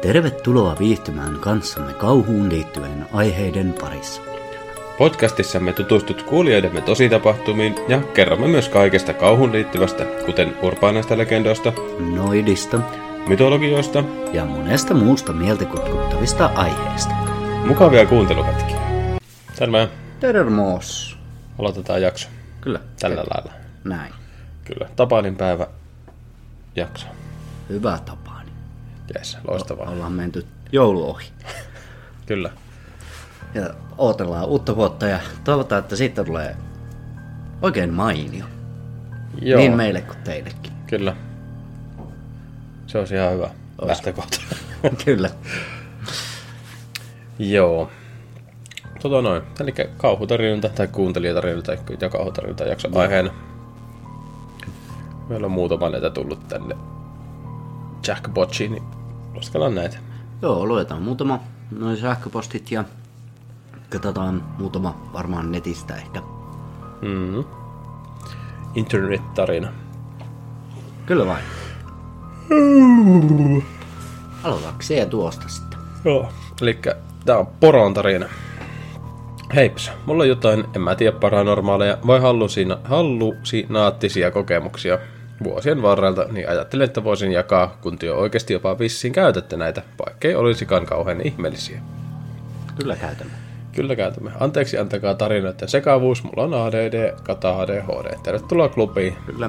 Tervetuloa viihtymään kanssamme kauhuun liittyvien aiheiden parissa. Podcastissamme tutustut kuulijoidemme tositapahtumiin ja kerromme myös kaikesta kauhuun liittyvästä, kuten urbaaneista legendoista, Noidista mytologioista ja monesta muusta mieltä kutkuttavista aiheista. Mukavia kuunteluhetkiä. Terve. Termos. Aloitetaan jakso. Kyllä. Tällä lailla. Näin. Kyllä. Tapaanin päivä jakso. Hyvä Tapani. Jes, loistavaa. Ollaan menty joulu ohi. Kyllä. Ja odotellaan uutta vuotta ja toivotaan, että siitä tulee oikein mainio. Joo. Niin meille kuin teillekin. Kyllä. Se olisi ihan hyvä lähtökohta. Kyllä. Joo. Noin. Eli kauhutarinta tai kuuntelijatarinta ja kauhutarinta jakso aiheena. Meillä on muutama näitä tullut tänne Jackbotsiin, niin laskellaan näitä. Joo, luetaan muutama noin sähköpostit ja katsotaan muutama varmaan netistä ehkä. Mm-hmm. Internet-tarina. Kyllä vain. Aloitaanko se tuosta sitten? Joo, eli tää on poron tarina. Heips, mulla on jotain, en mä tiedä, paranormaaleja vai hallusinaattisia kokemuksia vuosien varrelta, niin ajattelin, että voisin jakaa, kun työ oikeasti jopa vissiin käytätte näitä, vaikkei olisikaan kauhean ihmeellisiä. Kyllä käytämme. Kyllä käytämme. Anteeksi, antakaa tarinoiden sekavuus. Mulla on ADD, kata ADHD. Tervetuloa klubiin. Kyllä.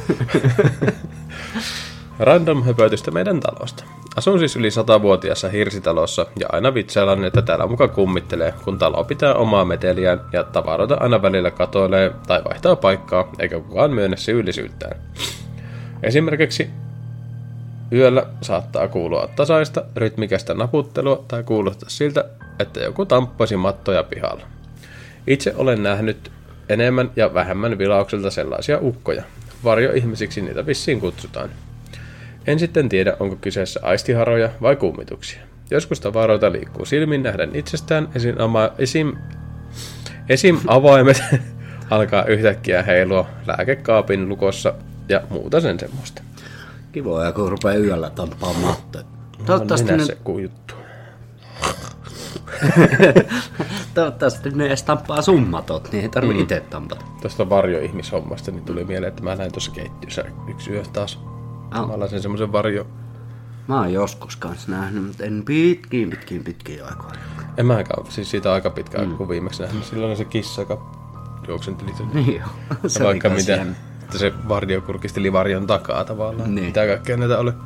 Random höpötystä meidän talosta. Asun siis yli 100-vuotiaassa hirsitalossa ja aina vitsaillaan, että täällä muka kummittelee, kun talo pitää omaa meteliään ja tavaroita aina välillä katoilee tai vaihtaa paikkaa, eikä kukaan myönnä syyllisyyttään. Esimerkiksi yöllä saattaa kuulua tasaista, rytmikästä naputtelua tai kuulostaa siltä, että joku tamppaisi mattoja pihalla. Itse olen nähnyt enemmän ja vähemmän vilaukselta sellaisia ukkoja. Varjoihmisiksi niitä vissiin kutsutaan. En sitten tiedä, onko kyseessä aistiharoja vai kummituksia. Joskus tavaroita liikkuu silmin nähden itsestään, esim. Avaimet alkaa yhtäkkiä heilua lääkekaapin lukossa ja muuta sen semmoista. Kivoja, kun rupeaa yöllä tampaa mattoja. Toivottavasti ne... se juttu. Toivottavasti ne edes tampaa summatot, niin ei tarvitse itse tampata. Tuosta varjoihmishommasta niin tuli mieleen, että mä näin tuossa keittiössä yksi yö taas. Mä lasin semmoisen varjo. Mä oon joskus kanssa nähnyt, mutta en pitkiin aikoina. En mäkään, siis siitä aika pitkä aika kuin viimeksi nähnyt. Silloin se kissa, joka juoksenteli sen. Niin joo, se vaikka mitä, että se varjo kurkisteli varjon takaa tavallaan. Niin. Mitä kaikkea näitä oli.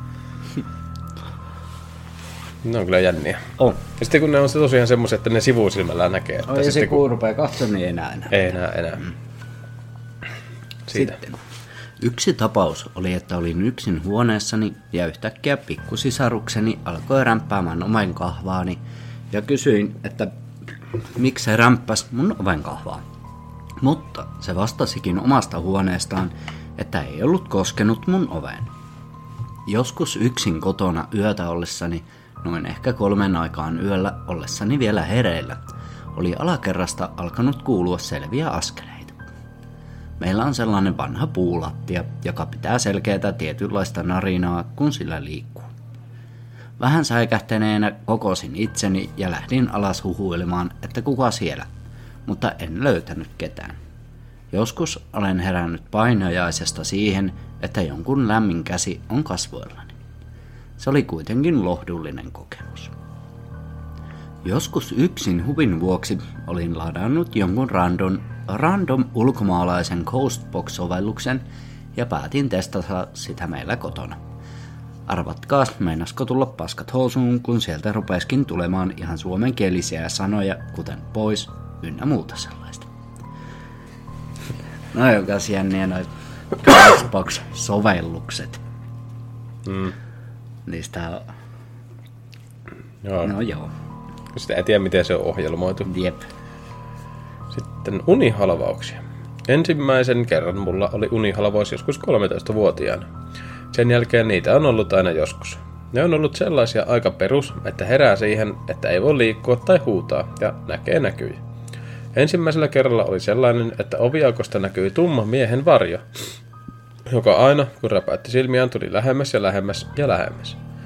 Ne on kyllä jänniä. On. Ja sitten kun ne on tosiaan semmoiset, että ne sivusilmällä näkee. Että ja se kun rupeaa katsomaan, niin ei enää. Siitä. Sitten. Yksi tapaus oli, että olin yksin huoneessani ja yhtäkkiä pikkusisarukseni alkoi rämpäämään oven kahvaani ja kysyin, että miksi se rämppäsi mun oven kahvaa. Mutta se vastasikin omasta huoneestaan, että ei ollut koskenut mun oveen. Joskus yksin kotona yötä ollessani, noin ehkä 3 aikaan yöllä ollessani vielä hereillä, oli alakerrasta alkanut kuulua selviä askeleita. Meillä on sellainen vanha puulattia, joka pitää selkeätä tietynlaista narinaa, kun sillä liikkuu. Vähän säikähtäneenä kokosin itseni ja lähdin alas huhuilemaan, että kuka siellä, mutta en löytänyt ketään. Joskus olen herännyt painajaisesta siihen, että jonkun lämmin käsi on kasvoillani. Se oli kuitenkin lohdullinen kokemus. Joskus yksin huvin vuoksi olin ladannut jonkun random ulkomaalaisen Ghostbox-sovelluksen ja päätin testata sitä meillä kotona. Arvatkaas, meinasko tulla paskat housuun, kun sieltä rupeskin tulemaan ihan suomenkielisiä sanoja, kuten pois ynnä muuta sellaista. No jokas jänniä noit Ghostbox-sovellukset. Niistä on... Joo. No joo. Sitä ei tiedä, miten se on ohjelmoitu. Jep. Sitten unihalvauksia. Ensimmäisen kerran mulla oli unihalvaus joskus 13-vuotiaana. Sen jälkeen niitä on ollut aina joskus. Ne on ollut sellaisia aika perus, että herää siihen, että ei voi liikkua tai huutaa ja näkee näkyjä. Ensimmäisellä kerralla oli sellainen, että oviaukosta näkyi tumma miehen varjo, joka aina, kun räpäytti silmiään, tuli lähemmäs ja lähemmäs ja lähemmäs.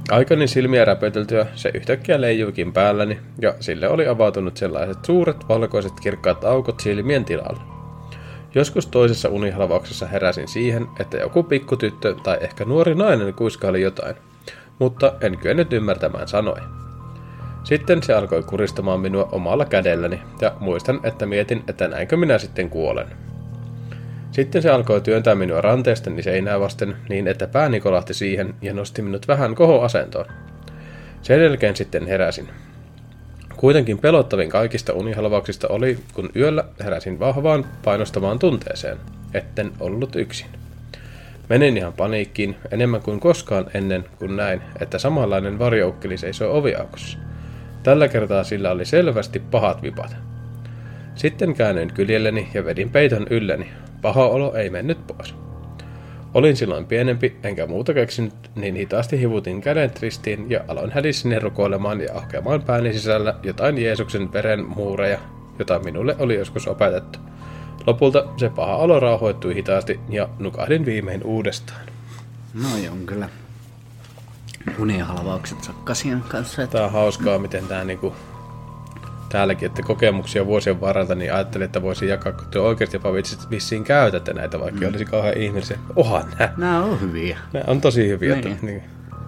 Aikani silmiä räpöteltyä se yhtäkkiä leijuikin päälläni, ja sille oli avautunut sellaiset suuret, valkoiset, kirkkaat aukot silmien tilalla. Joskus toisessa unihalvauksessa heräsin siihen, että joku pikkutyttö tai ehkä nuori nainen kuiskaili jotain, mutta en kyennyt ymmärtämään sanoja. Sitten se alkoi kuristamaan minua omalla kädelläni, ja muistan, että mietin, että näinkö minä sitten kuolen. Sitten se alkoi työntää minua ranteestani seinää vasten niin, että pääni kolahti siihen ja nosti minut vähän kohoasentoon. Sen jälkeen sitten heräsin. Kuitenkin pelottavin kaikista unihalvauksista oli, kun yöllä heräsin vahvaan painostavaan tunteeseen, etten ollut yksin. Menin ihan paniikkiin enemmän kuin koskaan ennen, kun näin, että samanlainen varjoukkeli seisoi oviaukossa. Tällä kertaa sillä oli selvästi pahat vipat. Sitten käännyin kyljelleni ja vedin peiton ylleni. Paha olo ei mennyt pois. Olin silloin pienempi, enkä muuta keksinyt, niin hitaasti hivutin kädet ristiin ja aloin hädissäni rukoilemaan ja aukeamaan pääni sisällä jotain Jeesuksen veren muureja, jota minulle oli joskus opetettu. Lopulta se paha olo rauhoittui hitaasti ja nukahdin viimein uudestaan. No on kyllä unihalvaukset sakkasien kanssa. Tää on hauskaa, miten tää niinku täälläkin, että kokemuksia vuosien varrelta, niin ajattelin, että voisin jakaa, kun te oikeasti jopa vissiin käytätte näitä, vaikka olisi kauhean ihmeellisiä. Ohan nää. Nämä on hyviä. Nämä on tosi hyviä. Niin.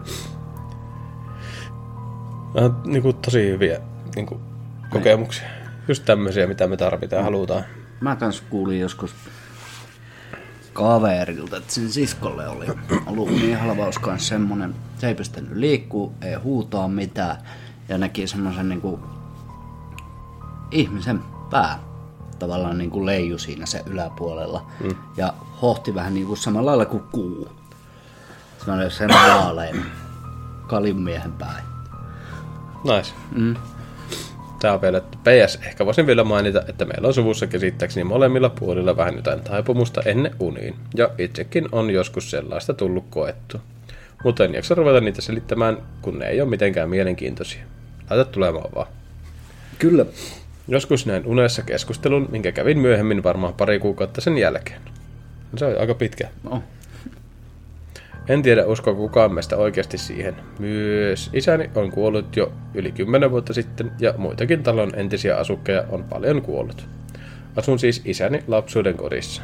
Nämä on niinku tosi hyviä niinku kokemuksia. Just tämmöisiä, mitä me tarvitaan ja halutaan. Mä kans kuulin joskus kaverilta, että sen siskolle oli ollut unihalvaus kanssa semmonen, se ei pystynyt liikkuu, ei huutaa mitään ja näki semmoisen niinku ihmisen pää tavallaan niinku leiju siinä se yläpuolella ja hohti vähän niinku samalla lailla kuin kuu. Se oli sen vaalein kalinmiehen pää. Nice. Tää on vielä, että PS, ehkä voisin vielä mainita, että meillä on suvussa käsittääkseni molemmilla puolilla vähän jotain taipumusta ennen uniin, ja itsekin on joskus sellaista tullut koettu. Mutta en jaksa ruveta niitä selittämään, kun ne ei ole mitenkään mielenkiintoisia. Laita tulemaan vaan. Kyllä. Joskus näin unessa keskustelun, minkä kävin myöhemmin varmaan pari kuukautta sen jälkeen. Se on aika pitkä. No. En tiedä, uskoo kukaan meistä oikeasti siihen. Myös isäni on kuollut jo yli 10 vuotta sitten, ja muitakin talon entisiä asukkeja on paljon kuollut. Asun siis isäni lapsuuden kodissa.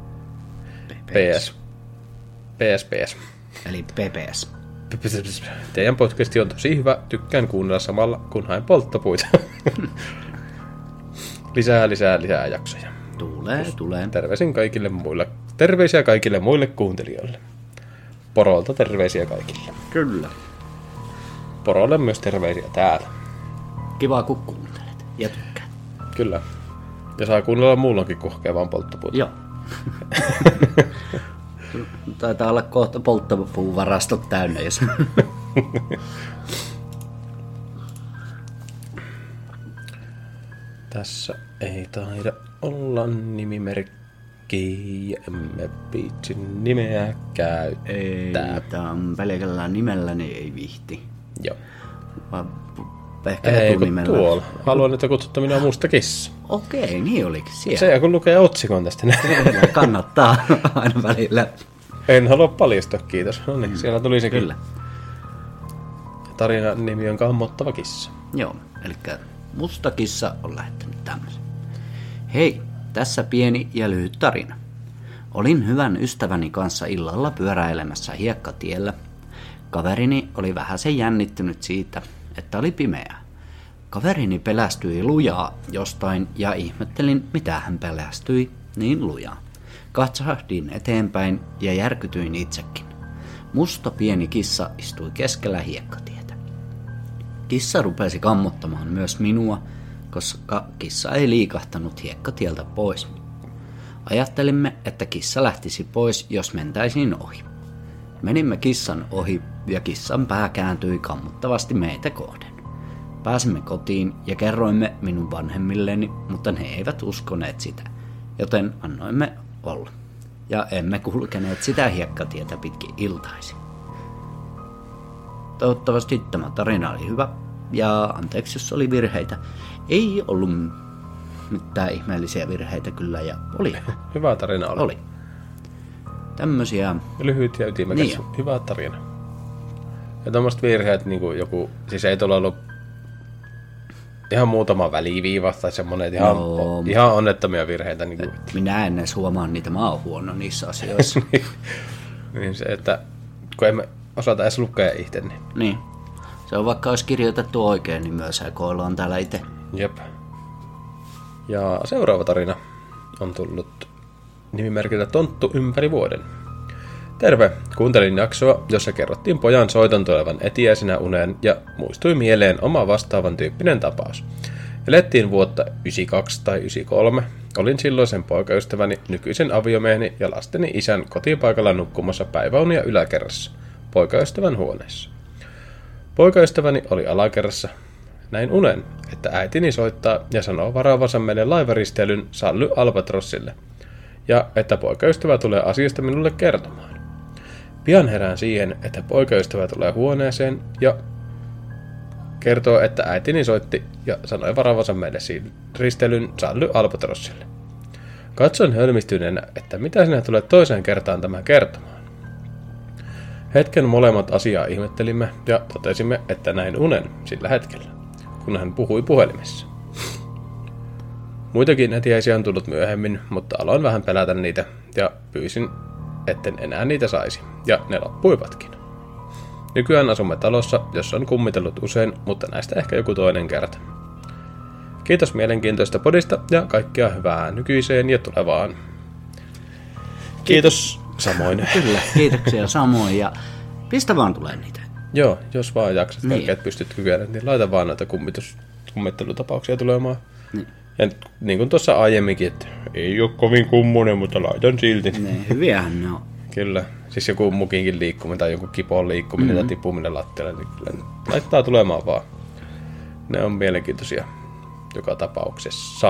PS. Eli PPS. Teidän podcasti on tosi hyvä, tykkään kuunnella samalla, kun haen polttopuita. lisää jaksoja. Tulee. Terveisiä kaikille muille kuuntelijoille. Porolta terveisiä kaikille. Kyllä. Porolle myös terveisiä täällä. Kiva kun kuuntelet ja tykkäät. Kyllä. Ja saa kuunnella muulloinkin kuhkeavaan polttopuuta. Joo. Taitaa olla kohta polttopuuvarastot täynnä, jos... Tässä ei taida olla nimimerkki ja emme viitsi nimeä käyttää. Ei, tää on pelkällä nimellä, niin ei vihti. Joo. Vaan ehkä Ei, etunimellä. tuolla. Haluan, että kutsutta minua musta kissa. Okei, niin olikin siellä. Se kun lukee otsikon tästä. Kannattaa aina välillä. En halua paljastaa, kiitos. No niin, siellä tuli sekin. Kyllä. Tarinan nimi on Kammottava kissa. Joo, eli musta kissa on lähettänyt tämmöisen. Hei, tässä pieni ja lyhyt tarina. Olin hyvän ystäväni kanssa illalla pyöräilemässä hiekkatiellä. Kaverini oli vähäsen jännittynyt siitä, että oli pimeää. Kaverini pelästyi lujaa jostain ja ihmettelin, mitä hän pelästyi niin lujaa. Katsahdin eteenpäin ja järkytyin itsekin. Musta pieni kissa istui keskellä hiekkatietä. Kissa rupesi kammottamaan myös minua, koska kissa ei liikahtanut hiekkatieltä pois. Ajattelimme, että kissa lähtisi pois, jos mentäisiin ohi. Menimme kissan ohi ja kissan pää kääntyi kammottavasti meitä kohden. Pääsimme kotiin ja kerroimme minun vanhemmilleni, mutta ne eivät uskoneet sitä, joten annoimme olla. Ja emme kulkeneet sitä hiekkatietä pitkin iltaisin. Toivottavasti tämä tarina oli hyvä, ja anteeksi jos oli virheitä. Ei ollut mitään ihmeellisiä virheitä kyllä, ja oli. Hyvä tarina oli. Oli. Tämmösiä... Lyhyt ja ytimekäs. Niin. Hyvä tarina. Ja tommoset virheet, niinku joku, siis ei tuolla ollut ihan muutama väliviiva tai semmonen, ihan onnettomia virheitä. Niinku. Minä en edes huomaa niitä, mä oon huono niissä asioissa. Niin se, että kun emme osata edes lukea itse, niin... Niin. Se on vaikka olisi kirjoitettu oikein, niin myös sekoillaan täällä itse. Jep. Ja seuraava tarina on tullut nimimerkillä Tonttu ympäri vuoden. Terve! Kuuntelin jaksoa, jossa kerrottiin pojan soiton tulevan etiäisenä uneen ja muistui mieleen oma vastaavan tyyppinen tapaus. Elettiin vuotta 92 tai 93. Olin silloisen poikaystäväni, nykyisen aviomieheni ja lasteni isän kotipaikalla nukkumassa päiväunia yläkerrassa, poikaystävän huoneessa. Poikaystäväni oli alakerrassa. Näin unen, että äitini soittaa ja sanoo varaavansa meille laivaristeilyn Sally Albatrossille, ja että poikaystävä tulee asiasta minulle kertomaan. Pian herään siihen, että poikaystävä tulee huoneeseen ja kertoo, että äitini soitti ja sanoi varaavansa meille risteilyn Sally Albatrossille. Katsoin hölmistyneenä, että mitä sinä tulet toiseen kertaan tämän kertomaan. Hetken molemmat asiaa ihmettelimme ja totesimme, että näin unen sillä hetkellä, kun hän puhui puhelimessa. Muitakin etiäisiä on tullut myöhemmin, mutta aloin vähän pelätä niitä ja pyysin, etten enää niitä saisi, ja ne loppuivatkin. Nykyään asumme talossa, jossa on kummitellut usein, mutta näistä ehkä joku toinen kerta. Kiitos mielenkiintoista podista ja kaikkea hyvää nykyiseen ja tulevaan. Kiitos samoin. Kyllä, kiitoksia samoin ja pistä vaan tulee niitä. Joo, jos vaan jaksat, niin. Et pystyt kykenä, niin laita vaan noita kummittelutapauksia tulemaan. Niin. Ja niin kuin tuossa aiemminkin, että ei ole kovin kummonen, mutta laitan silti. Ne, hyviähän ne on. Kyllä, siis joku mukinkin liikkuminen tai joku kipon liikkuminen tai tippuminen lattialle, niin kyllä laittaa tulemaan vaan. Ne on mielenkiintoisia joka tapauksessa.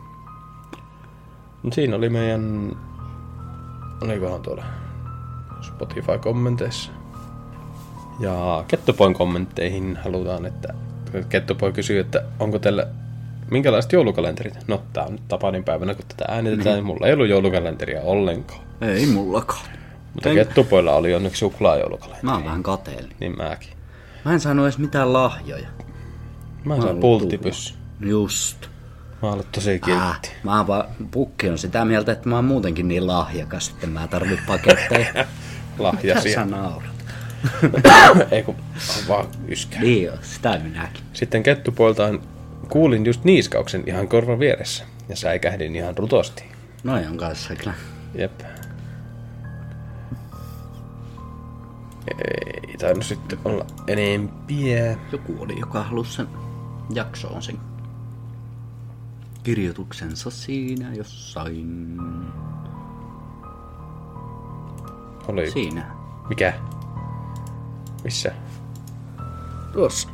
Siinä oli meidän, olikohan tuolla Spotify-kommenteissa. Ja Kettupoin kommentteihin halutaan, että Kettupoi kysyy, että onko teillä minkälaiset joulukalenterit? No, tää on nyt Tapanin päivänä, kun tätä äänitetään, niin mulla ei ollut joulukalenteria ollenkaan. Ei mullakaan. Mutta Kettupoilla oli onneksi suklaajoulukalenteri. Mä oon vähän kateellinen. Niin mäkin. Mä en saanut edes mitään lahjoja. Mä sain pulttipyssy. Just. Mä oon ollut tosi kiltti. Pukki on sitä mieltä, että mä oon muutenkin niin lahjakas, että mä tarvit paketteja. Lahjasia. Sä naurat. Ei kun on vaan yskää. Niin on, sitä minäkin. Sitten Kettupoiltaan kuulin just niiskauksen ihan korvan vieressä ja säikähdin ihan rutosti. Noi on kanssa kyllä. Jep. Ei tainnut sitten olla enempiä. Joku oli, joka halusi sen jaksoon sen kirjoituksensa siinä jossain. Oli. Siinä. Mikä? Missä? Tuossa.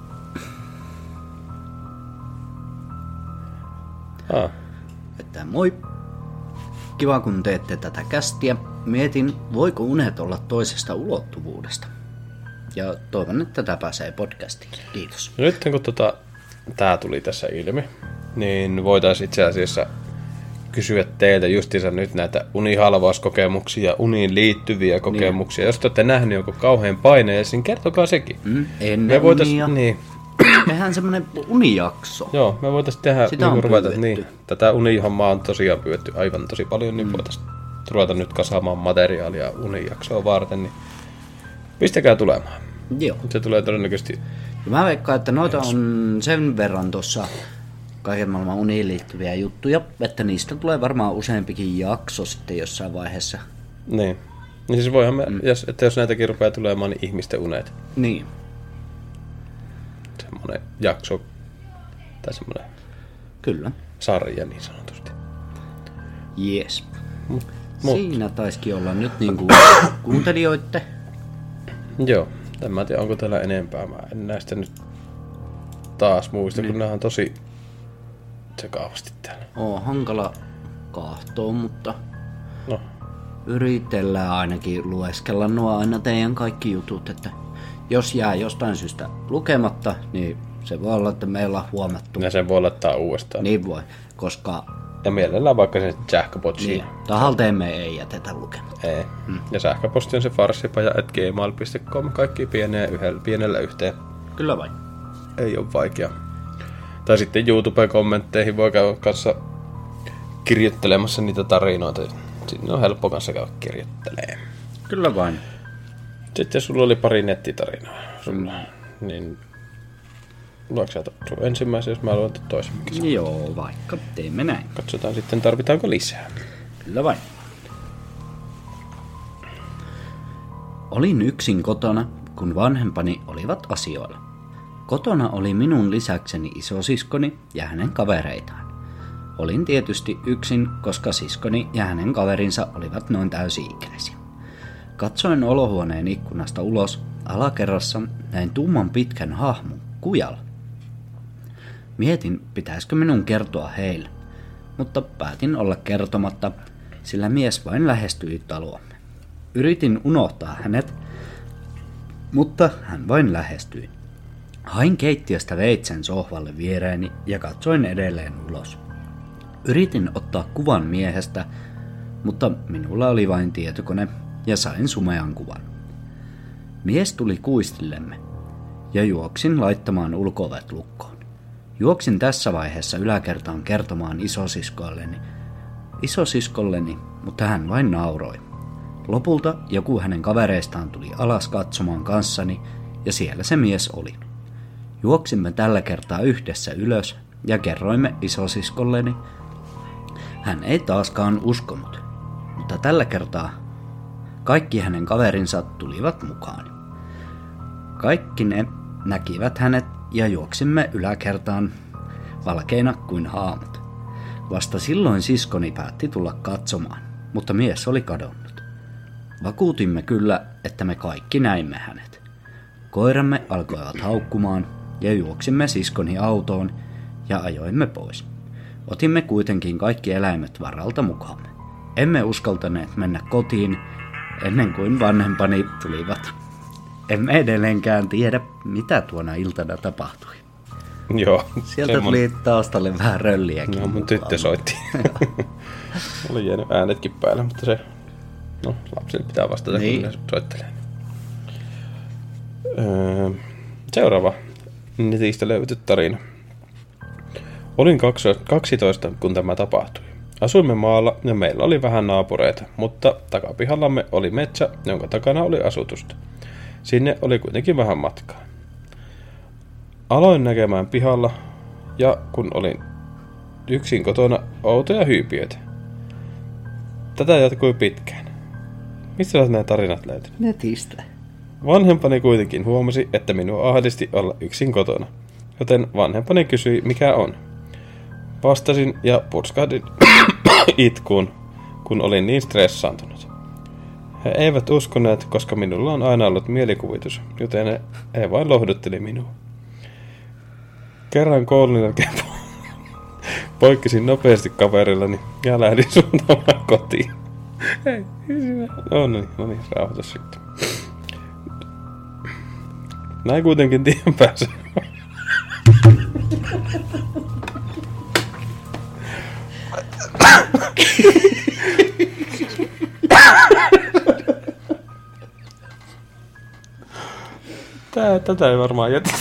Että moi. Kiva kun teette tätä kästiä. Mietin, voiko unet olla toisesta ulottuvuudesta. Ja toivon, että tätä pääsee podcastiin. Kiitos. No nyt kun tää tuli tässä ilmi, niin voitaisiin itse asiassa kysyä teiltä justiinsa nyt näitä unihalvauskokemuksia ja uniin liittyviä kokemuksia. Niin. Jos te olette nähnyt jonkun kauhean paineen, niin kertokaa sekin. Ennen unia. Niin. Tehdään semmonen unijakso. Joo, me voitaisiin tehdä niin ruveta, niin, tätä unihommaa on tosiaan pyydetty aivan tosi paljon, niin voitaisiin ruveta nyt kasaamaan materiaalia unijaksoa varten, niin pistäkää tulemaan. Joo. Se tulee todennäköisesti. Ja mä veikkaan, että noita on sen verran tuossa kaiken maailman uniin liittyviä juttuja, että niistä tulee varmaan useampikin jakso sitten jossain vaiheessa. Niin. Niin siis voihan me, jos näitäkin rupeaa tulemaan, niin ihmisten unet. Niin. Semmoinen jakso, tai semmoinen kyllä. Sarja niin sanotusti. Jes. Siinä taisikin olla nyt niinku kuuntelijoitte. Joo. En mä tiedä, onko täällä enempää. Mä en näistä nyt taas muista, kun nämä on tosi sekaavasti täällä. On hankala kahtoa, mutta yritellään ainakin lueskella nuo aina teidän kaikki jutut, että jos jää jostain syystä lukematta, niin se voi olla, että meillä on huomattu. Ja sen voi laittaa uudestaan. Niin voi, koska Ja mielellään vaikka sen sähköpostiin. Niin, tahalteemme ei jätetä lukemaan. Ei. Ja sähköposti on se farssipaja@gmail.com. Kaikki pienellä yhteen. Kyllä vain. Ei ole vaikea. Tai sitten YouTube-kommentteihin voi käydä kanssa kirjoittelemassa niitä tarinoita. Sinne on helppo kanssa käydä kirjoittelemaan. Kyllä vain. Sitten sulla oli pari nettitarinaa. Niin luetko sä sun ensimmäisen, jos mä luen toisen? Joo, vaikka teemme näin. Katsotaan sitten, tarvitaanko lisää. Kyllä vain. Olin yksin kotona, kun vanhempani olivat asioilla. Kotona oli minun lisäkseni isosiskoni ja hänen kavereitaan. Olin tietysti yksin, koska siskoni ja hänen kaverinsa olivat noin täysi-ikäisiä. Katsoin olohuoneen ikkunasta ulos. Alakerrassa näin tumman pitkän hahmon kujalla. Mietin, pitäisikö minun kertoa heille, mutta päätin olla kertomatta, sillä mies vain lähestyi taloamme. Yritin unohtaa hänet, mutta hän vain lähestyi. Hain keittiöstä veitsen sohvalle viereeni ja katsoin edelleen ulos. Yritin ottaa kuvan miehestä, mutta minulla oli vain tietokone ja sain sumean kuvan. Mies tuli kuistillemme ja juoksin laittamaan ulko-ovet lukkoon. Juoksin tässä vaiheessa yläkertaan kertomaan isosiskolleni, mutta hän vain nauroi. Lopulta joku hänen kavereistaan tuli alas katsomaan kanssani ja siellä se mies oli. Juoksimme tällä kertaa yhdessä ylös ja kerroimme isosiskolleni. Hän ei taaskaan uskonut, mutta tällä kertaa kaikki hänen kaverinsa tulivat mukaan. Kaikki ne näkivät hänet ja juoksimme yläkertaan valkeina kuin haamut. Vasta silloin siskoni päätti tulla katsomaan, mutta mies oli kadonnut. Vakuutimme kyllä, että me kaikki näimme hänet. Koiramme alkoivat haukkumaan ja juoksimme siskoni autoon ja ajoimme pois. Otimme kuitenkin kaikki eläimet varalta mukaamme. Emme uskaltaneet mennä kotiin ennen kuin vanhempani tulivat. Emme edelleenkään tiedä, mitä tuona iltana tapahtui. Joo. Sieltä tuli taustalle vähän rölliäkin. No, mun tyttö soitti. Oli jäänyt äänetkin päälle, mutta se... No, lapsille pitää vastata, niin. Kun ne soittelee. Seuraava netistä löytyy tarina. Olin 12, kun tämä tapahtui. Asuimme maalla ja meillä oli vähän naapureita, mutta takapihallamme oli metsä, jonka takana oli asutusta. Sinne oli kuitenkin vähän matkaa. Aloin näkemään pihalla ja kun olin yksin kotona outoja hyypiöitä. Tätä jatkui pitkään. Mistä olet nämä tarinat löytynyt? Netistä. Vanhempani kuitenkin huomasi, että minua ahdisti olla yksin kotona, joten vanhempani kysyi, mikä on. Vastasin ja purskahdin itkuun, kun olin niin stressaantunut. He eivät uskoneet, koska minulla on aina ollut mielikuvitus, joten he vain lohdutteli minua. Kerran koulun jälkeen poikkisin nopeasti kaverillani ja lähdin suuntaamaan kotiin. Hei, no niin, rauhoitus sitten. Näin kuitenkin tien päässä. Tätä ei varmaan jätetä.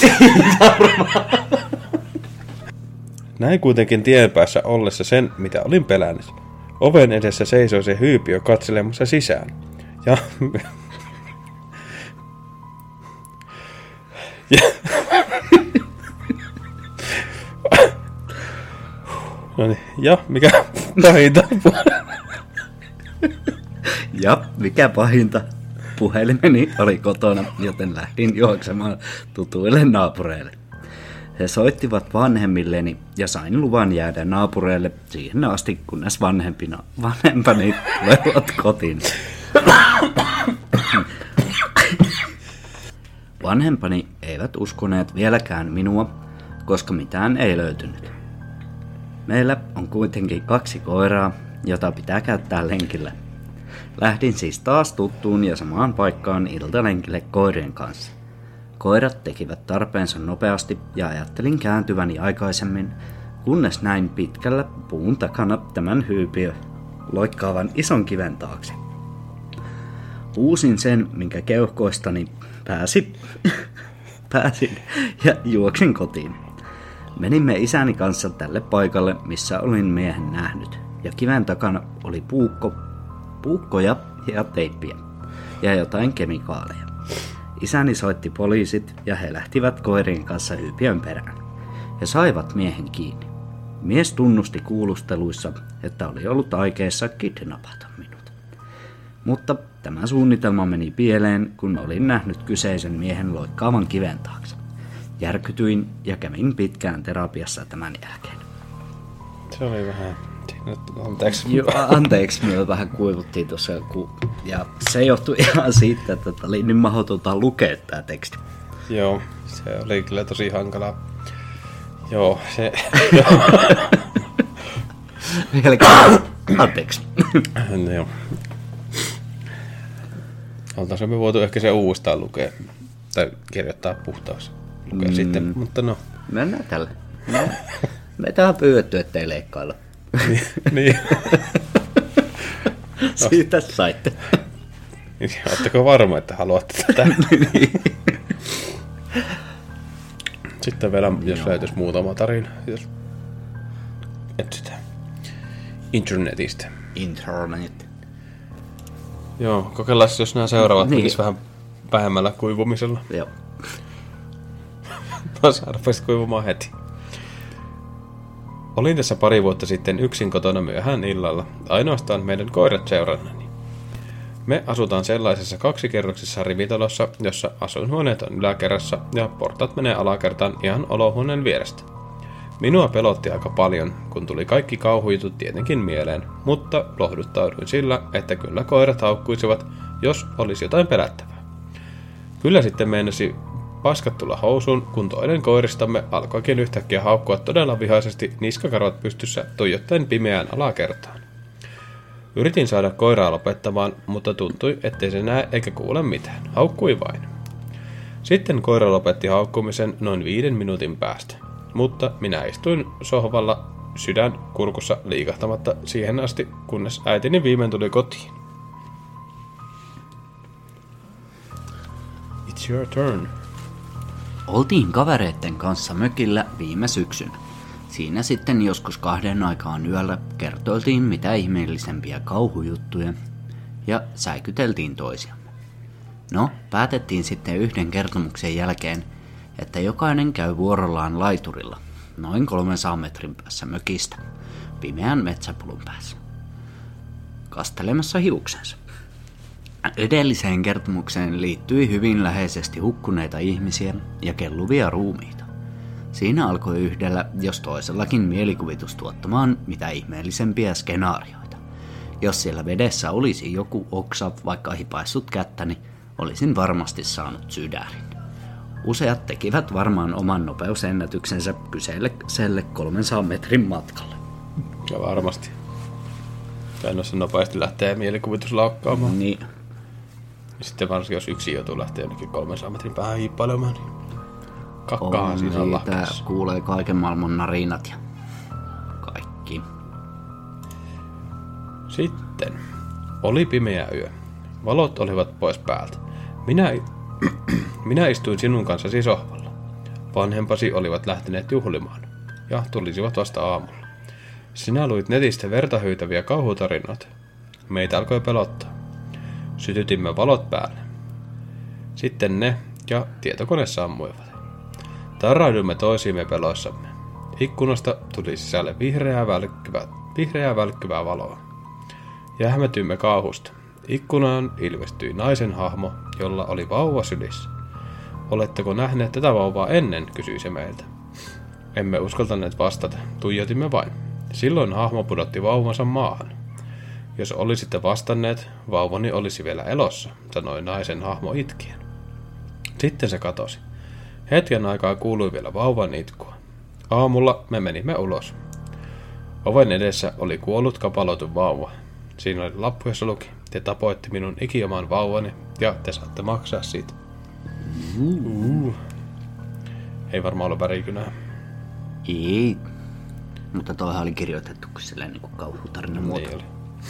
Näin kuitenkin tien päässä ollessa sen, mitä olin pelännyt. Oven edessä seisoi se hyypiö katselemassa sisään. Ja mikä pahinta? Ja mikä pahinta? Puhelimeni oli kotona, joten lähdin juoksemaan tutuille naapureille. He soittivat vanhemmilleni ja sain luvan jäädä naapureille siihen asti, kunnes vanhempani tulevat kotiin. Vanhempani eivät uskoneet vieläkään minua, koska mitään ei löytynyt. Meillä on kuitenkin 2 koiraa, jota pitää käyttää lenkillä. Lähdin siis taas tuttuun ja samaan paikkaan iltalenkille koirien kanssa. Koirat tekivät tarpeensa nopeasti ja ajattelin kääntyväni aikaisemmin, kunnes näin pitkällä puun takana tämän hyypiö loikkaavan ison kiven taakse. Uusin sen, minkä keuhkoistani pääsin ja juoksin kotiin. Menimme isäni kanssa tälle paikalle, missä olin miehen nähnyt, ja kiven takana oli puukkoja ja teippiä ja jotain kemikaaleja. Isäni soitti poliisit ja he lähtivät koirien kanssa hyypiön perään ja saivat miehen kiinni. Mies tunnusti kuulusteluissa, että oli ollut aikeessa kidnapata minut. Mutta tämä suunnitelma meni pieleen, kun olin nähnyt kyseisen miehen loikkaavan kiven taakse. Järkytyin ja kävin pitkään terapiassa tämän jälkeen. Se oli vähän... Anteeksi. Joo, anteeksi, me vähän kuivuttiin tuossa. Ja se johtui ihan siitä, että oli niin mahdotonta lukea tämä teksti. Joo, se oli kyllä tosi hankalaa. Joo, se... Anteeksi. Joo. Oltaisiin me voitu ehkä se uudestaan lukea. Tai kirjoittaa puhtaaksi. Lukea sitten, mutta no. Mennään tälle. Meitä on pyydetty, ettei leikkailla. Niin. Siitä saitte. Oletteko varma, että haluatte tätä? Sitten vielä, jos löytyisi muutama tarina, jos etsitään internetistä. Internet. Joo, kokeillaan jos nämä seuraavat menis vähän vähemmällä kuivumisella. Joo. Sä rupesit kuivumaan heti. Olin tässä pari vuotta sitten yksin kotona myöhään illalla, ainoastaan meidän koirat seurannani. Me asutaan sellaisessa kaksikerroksisessa rivitalossa, jossa asuinhuoneet on yläkerrassa ja portaat menee alakertaan ihan olohuoneen vierestä. Minua pelotti aika paljon, kun tuli kaikki kauhujutut tietenkin mieleen, mutta lohduttauduin sillä, että kyllä koirat haukkuisivat, jos olisi jotain pelättävää. Kyllä sitten meinasi paskat tulla housuun, kun toinen koiristamme alkoikin yhtäkkiä haukkua todella vihaisesti niskakarvat pystyssä tuijottaen pimeään alakertaan. Yritin saada koiraa lopettamaan, mutta tuntui, ettei se näe eikä kuule mitään. Haukkui vain. Sitten koira lopetti haukkumisen noin 5 minuutin päästä, mutta minä istuin sohvalla sydän kurkussa liikahtamatta siihen asti, kunnes äitini viimein tuli kotiin. It's your turn. Oltiin kavereitten kanssa mökillä viime syksynä. Siinä sitten joskus 2 aikaan yöllä kertoiltiin mitä ihmeellisempiä kauhujuttuja ja säikyteltiin toisiamme. No, päätettiin sitten yhden kertomuksen jälkeen, että jokainen käy vuorollaan laiturilla, noin 300 metrin päässä mökistä, pimeän metsäpolun päässä, kastelemassa hiuksensa. Edelliseen kertomukseen liittyi hyvin läheisesti hukkuneita ihmisiä ja kelluvia ruumiita. Siinä alkoi yhdellä, jos toisellakin mielikuvitus tuottamaan mitä ihmeellisempiä skenaarioita. Jos siellä vedessä olisi joku oksa, vaikka hipaissut kättäni, olisin varmasti saanut sydärin. Useat tekivät varmaan oman nopeusennätyksensä kyseiselle 300 metrin matkalle. Ja varmasti. Käynnössä nopeasti lähtee mielikuvitus laukkaamaan. Niin. Ja sitten varsinkin jos yksi joutuu lähteä jonnekin 300 metrin päähän hiippailemaan, niin kakkaa siinä on lahkeessa. Kuulee kaiken maailman narinat ja kaikki. Sitten oli pimeä yö. Valot olivat pois päältä. Minä istuin sinun kanssasi sohvalla. Vanhempasi olivat lähteneet juhlimaan ja tulisivat vasta aamulla. Sinä luit netistä vertahyytäviä kauhutarinoita. Meitä alkoi pelottaa. Sytytimme valot päälle. Sitten ne ja tietokone sammuivat. Tarraudumme toisiimme peloissamme. Ikkunasta tuli sisälle vihreää välkkyvää valoa. Jähmetyimme kauhusta. Ikkunaan ilmestyi naisen hahmo, jolla oli vauva sylissä. Oletteko nähneet tätä vauvaa ennen, kysyi se meiltä. Emme uskaltaneet vastata, tuijotimme vain. Silloin hahmo pudotti vauvansa maahan. Jos olisitte vastanneet, vauvani olisi vielä elossa, sanoi naisen hahmo itkien. Sitten se katosi. Hetken aikaa kuului vielä vauvan itkua. Aamulla me menimme ulos. Oven edessä oli kuollut kapaloitu vauva. Siinä oli lappu, jossa luki: te tapoitte minun ikioman vauvani ja te saatte maksaa siitä. Ei varmaan ole värikynää. Ei. Mutta toihan oli kirjoitettu silleen niin kuin kauhutarina muoto. Niin oli.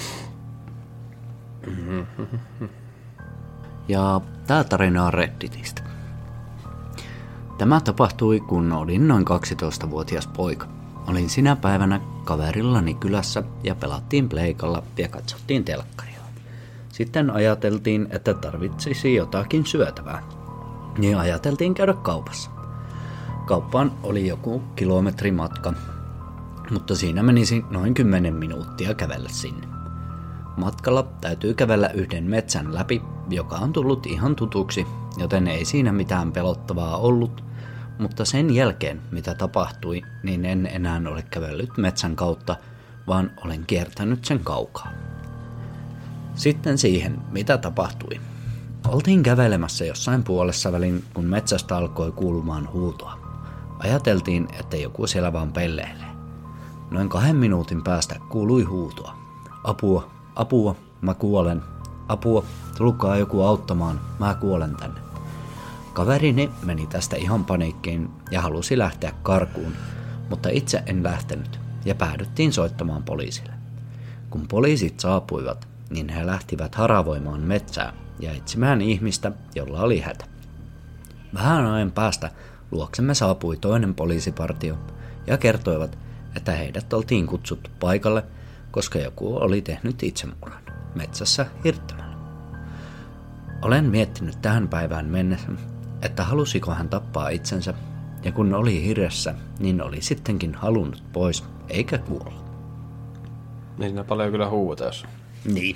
Ja tää tarina on Redditistä. Tämä tapahtui, kun olin noin 12-vuotias poika. Olin sinä päivänä kaverillani kylässä ja pelattiin pleikalla ja katsottiin telkkaria. Sitten ajateltiin, että tarvitsisi jotakin syötävää. Niin ajateltiin käydä kaupassa. Kauppaan oli joku kilometri matka, mutta siinä menisi noin 10 minuuttia kävellä sinne. Matkalla täytyy kävellä yhden metsän läpi, joka on tullut ihan tutuksi, joten ei siinä mitään pelottavaa ollut, mutta sen jälkeen, mitä tapahtui, niin en enää ole kävellyt metsän kautta, vaan olen kiertänyt sen kaukaa. Sitten siihen, mitä tapahtui. Oltiin kävelemässä jossain puolessa välin, kun metsästä alkoi kuulumaan huutoa. Ajateltiin, että joku siellä vaan pelleilee. Noin 2 minuutin päästä kuului huutoa. Apua, apua, mä kuolen. Apua, tulkaa joku auttamaan, mä kuolen tänne. Kaverini meni tästä ihan paniikkiin ja halusi lähteä karkuun, mutta itse en lähtenyt ja päädyttiin soittamaan poliisille. Kun poliisit saapuivat, niin he lähtivät haravoimaan metsää ja etsimään ihmistä, jolla oli hätä. Vähän ajan päästä luoksemme saapui toinen poliisipartio ja kertoivat, että heidät oltiin kutsuttu paikalle, koska joku oli tehnyt itsemurhan metsässä hirttämällä. Olen miettinyt tähän päivään mennessä, että halusiko hän tappaa itsensä, ja kun oli hirressä, niin oli sittenkin halunnut pois, eikä kuolla. Niin siinä paljon kyllä huuta, jos... Niin.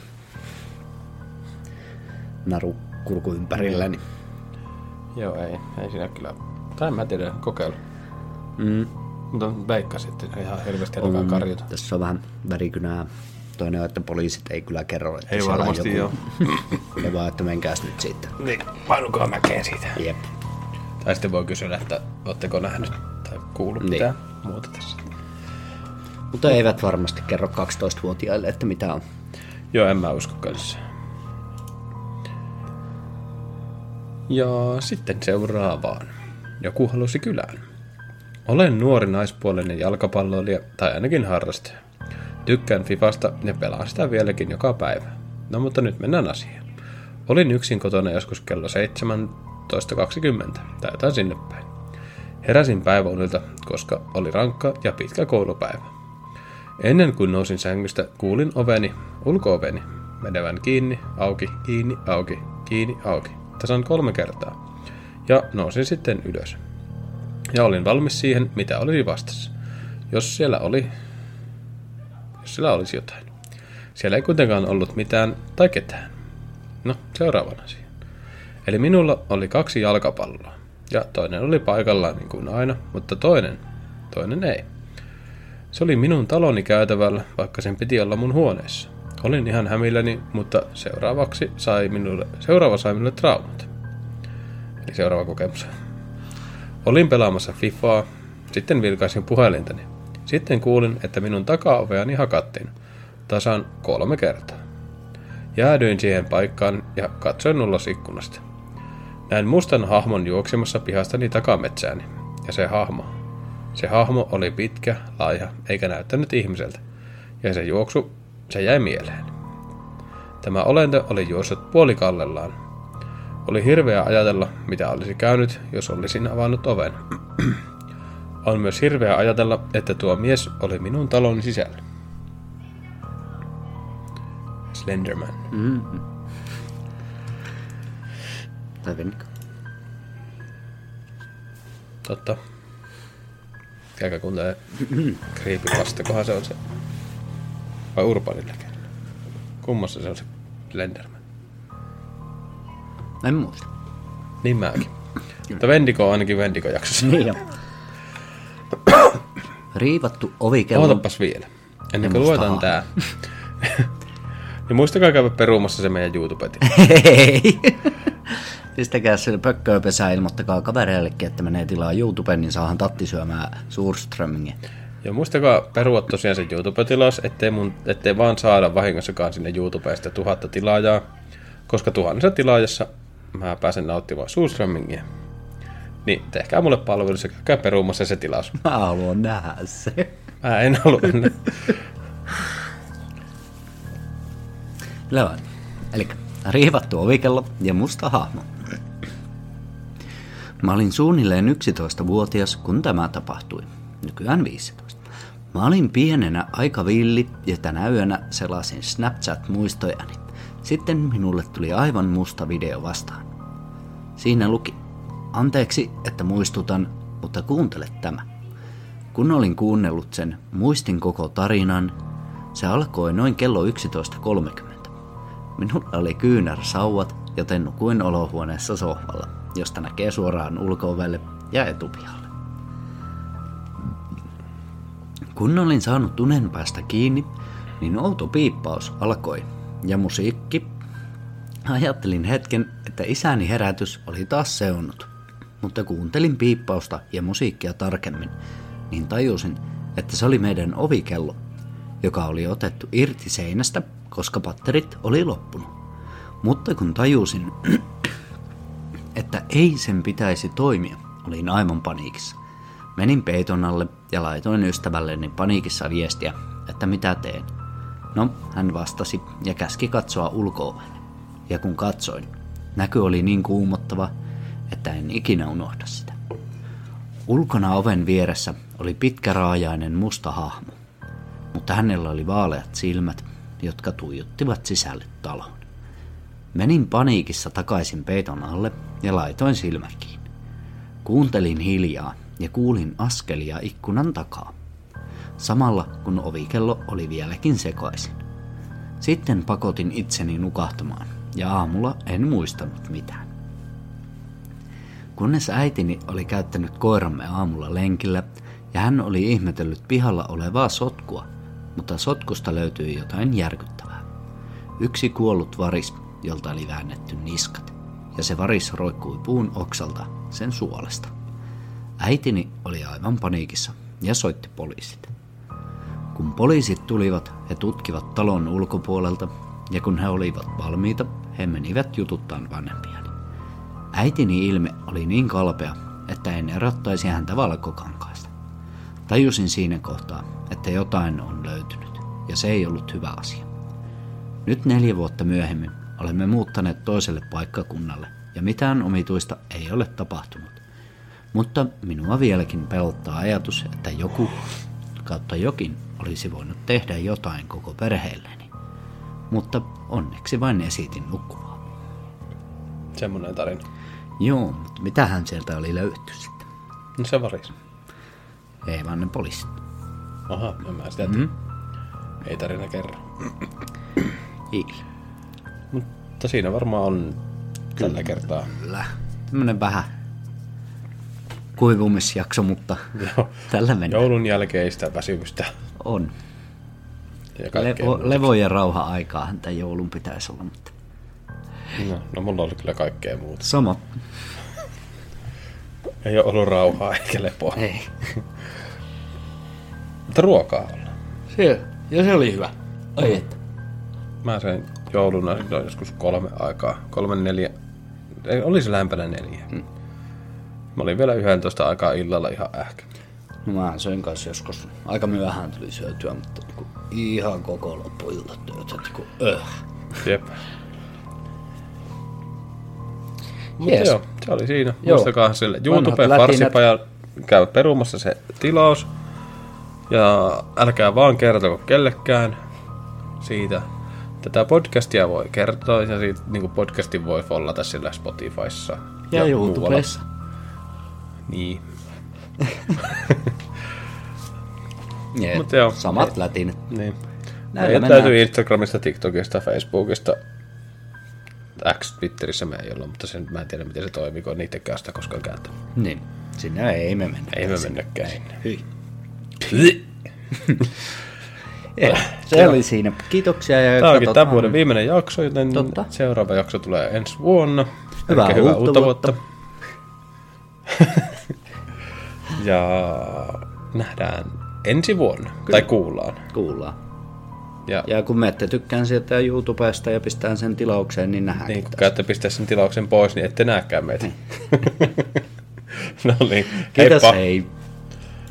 Naru kurku ympärilläni. Joo, ei siinä kyllä... Tai en mä tiedä, kokeilu. Mutta veikka sitten ihan hirveästi alkaa karjuta. Tässä on vähän värikynää. Toinen on, että poliisit ei kyllä kerro, että ei siellä varmasti on joku. joo. Ja vaan, että menkääs nyt siitä. Niin, painukaa mäkeen siitä. Jep. Tai sitten voi kysyä, että ootteko nähnyt tai kuullut mitään muuta tässä. Mutta eivät varmasti kerro 12-vuotiaille, että mitä on. Joo, en mä usko kanssa. Ja sitten seuraavaan. Joku halusi kylään. Olen nuori naispuolinen jalkapalloilija tai ainakin harrastaja. Tykkään Fifasta ja pelaan sitä vieläkin joka päivä. No mutta nyt mennään asiaan. Olin yksin kotona joskus kello 17.20 tai jotain sinne päin. Heräsin päiväunilta, koska oli rankka ja pitkä koulupäivä. Ennen kuin nousin sängystä, kuulin ulko-oveni, menevän kiinni, auki, kiinni, auki, kiinni, auki. Tasan 3 kertaa. Ja nousin sitten ylös. Ja olin valmis siihen, mitä olisi vastassa. Jos siellä olisi jotain. Siellä ei kuitenkaan ollut mitään tai ketään. No, seuraavan asian. Eli minulla oli 2 jalkapalloa. Ja toinen oli paikallaan niin kuin aina, mutta toinen ei. Se oli minun taloni käytävällä, vaikka sen piti olla mun huoneessa. Olin ihan hämilläni, mutta seuraava sai minulle traumat. Eli seuraava kokemus. Olin pelaamassa Fifaa, sitten vilkaisin puhelintani. Sitten kuulin, että minun takaoveani hakattiin. Tasan 3 kertaa. Jäädyin siihen paikkaan ja katsoin ulos-ikkunasta. Näin mustan hahmon juoksemassa pihastani takametsääni. Ja se hahmo oli pitkä, laiha, eikä näyttänyt ihmiseltä. Ja se jäi mieleen. Tämä olento oli juossut puolikallellaan. Oli hirveä ajatella, mitä olisi käynyt, jos olisin avannut oven. On myös hirveä ajatella, että tuo mies oli minun taloni sisällä. Slenderman. Mm-hmm. Tai Vennikko. Totta. Käykää kuuntelee Creepypasta, kohan se on se. Vai Urbanilla. Kummassa se on se Slenderman? En muista. Niin mäkin. Mutta Vendigo on ainakin Vendigo-jaksossa. Niin on. Riivattu ovikello. Ootapas vielä. Ennen kuin luetaan tää. Niin muistakaa käydä perumassa se meidän YouTube-tili. Hei! Pistäkää se pökkööpesää, ilmoittakaa kavereillekin, että menee tilaa YouTubeen, niin saahan Tatti syömään Surströmmingiä. Ja muistakaa perua tosiaan se YouTube-tilaus, ettei vaan saada vahingossakaan sinne YouTubeen sitä 1000 tilaajaa, koska 1000 tilaajassa mä pääsen nauttimaan Surströmmingiä. Niin tehkää mulle palvelussa, käykää perumassa se tilaus. Mä haluan nähdä se. En ollut ennen. Levän. Eli riivattu ovikello ja musta hahmo. Mä olin suunnilleen 11-vuotias, kun tämä tapahtui. Nykyään 15. Mä olin pienenä aika villi ja tänä yönä selasin Snapchat-muistojani. Sitten minulle tuli aivan musta video vastaan. Siinä luki: anteeksi, että muistutan, mutta kuuntele tämä. Kun olin kuunnellut sen, muistin koko tarinan. Se alkoi noin kello 11.30. Minulla oli kyynärsauvat, joten nukuin olohuoneessa sohvalla, josta näkee suoraan ulko-ovelle ja etupihalle. Kun olin saanut unen päästä kiinni, niin outo piippaus alkoi ja musiikki. Ajattelin hetken, että isäni herätys oli taas seonnut, mutta kuuntelin piippausta ja musiikkia tarkemmin, niin tajusin, että se oli meidän ovikello, joka oli otettu irti seinästä, koska patterit oli loppunut. Mutta kun tajusin, että ei sen pitäisi toimia, olin aivan paniikissa. Menin peiton alle ja laitoin ystävälleni paniikissa viestiä, että mitä teen. No, hän vastasi ja käski katsoa ulko-ovelle. Ja kun katsoin, näky oli niin kuumottava, että en ikinä unohda sitä. Ulkona oven vieressä oli pitkäraajainen musta hahmo, mutta hänellä oli vaaleat silmät, jotka tuijottivat sisälle taloon. Menin paniikissa takaisin peiton alle ja laitoin silmät kiinni. Kuuntelin hiljaa ja kuulin askelia ikkunan takaa, samalla kun ovikello oli vieläkin sekaisin. Sitten pakotin itseni nukahtamaan ja aamulla en muistanut mitään. Kunnes äitini oli käyttänyt koiramme aamulla lenkillä ja hän oli ihmetellyt pihalla olevaa sotkua, mutta sotkusta löytyi jotain järkyttävää. Yksi kuollut varis, jolta oli väännetty niskat, ja se varis roikkui puun oksalta sen suolesta. Äitini oli aivan paniikissa ja soitti poliisit. Kun poliisit tulivat, he tutkivat talon ulkopuolelta, ja kun he olivat valmiita, he menivät jututtaan vanhempiani. Äitini ilme oli niin kalpea, että en erottaisi häntä valkokankaasta. Tajusin siinä kohtaa, että jotain on löytynyt, ja se ei ollut hyvä asia. Nyt 4 vuotta myöhemmin olemme muuttaneet toiselle paikkakunnalle, ja mitään omituista ei ole tapahtunut. Mutta minua vieläkin pelottaa ajatus, että joku kautta jokin olisi voinut tehdä jotain koko perheelleni. Mutta onneksi vain esitin nukkuvaa. Semmoinen tarina. Joo, mutta mitähän sieltä oli löytty sitten? No se varis. Ei vaan ne poliisit. Aha, en mä sitä tiedä. Ei tarina kerran. Ei. Mutta siinä varmaan on tällä kertaa. Kyllä. Tämmönen vähän kuivumisjakso, mutta Joo. tällä mennään. Joulun jälkeistä väsymystä. On. Ja Levo ja rauha-aikaahan tämän joulun pitäisi olla, mutta No mulla oli kyllä kaikkea muuta. sama. Ei ole ollut rauhaa eikä lepoa. Ei. Mutta ruokaa olla. Se oli hyvä. Ai että. Mä söin jouluna joskus 3 aikaa. 3-4. Oli se lähempänä 4. Mä olin vielä 11 aikaa illalla ihan ähkä. No mä söin kanssa joskus. Aika myöhään tuli syötyä, mutta ihan koko loppuilta työtä. Jep. Mutta Yes. joo, se oli siinä. Joo. Muistakaa sille YouTube Vanhat Farsipaja käy perumassa se tilaus. Ja älkää vaan kertoko kellekään siitä. Tätä podcastia voi kertoa ja siitä niin podcastin voi follata sillä Spotifyssa. Ja YouTubessa. Niin. Jeep, Mut joo. samat lätinet. Niin. Näillä Meidän täytyy Instagramista, TikTokista, Facebookista. Twitterissä me ei olla, mutta sen, mä en tiedä miten se toimii, kun niittenkään sitä koskaan käyttänyt. Niin, sinne ei me mennä. Ei me mennäkään sinne. Hyi. Se oli siinä. Kiitoksia. Ja Tämä onkin tämän vuoden viimeinen jakso, joten Totta. seuraava jakso tulee ensi vuonna. Hyvää uutta vuotta. Ja nähdään ensi vuonna. Kyllä. Tai kuullaan. Kuullaan. Ja kun me ette tykkään sieltä YouTubesta ja pistää sen tilaukseen, niin nähdään. Niin, kun käytte pistää sen tilauksen pois, niin ette näkään meitä. No niin. Kiitos, Heippa. hei.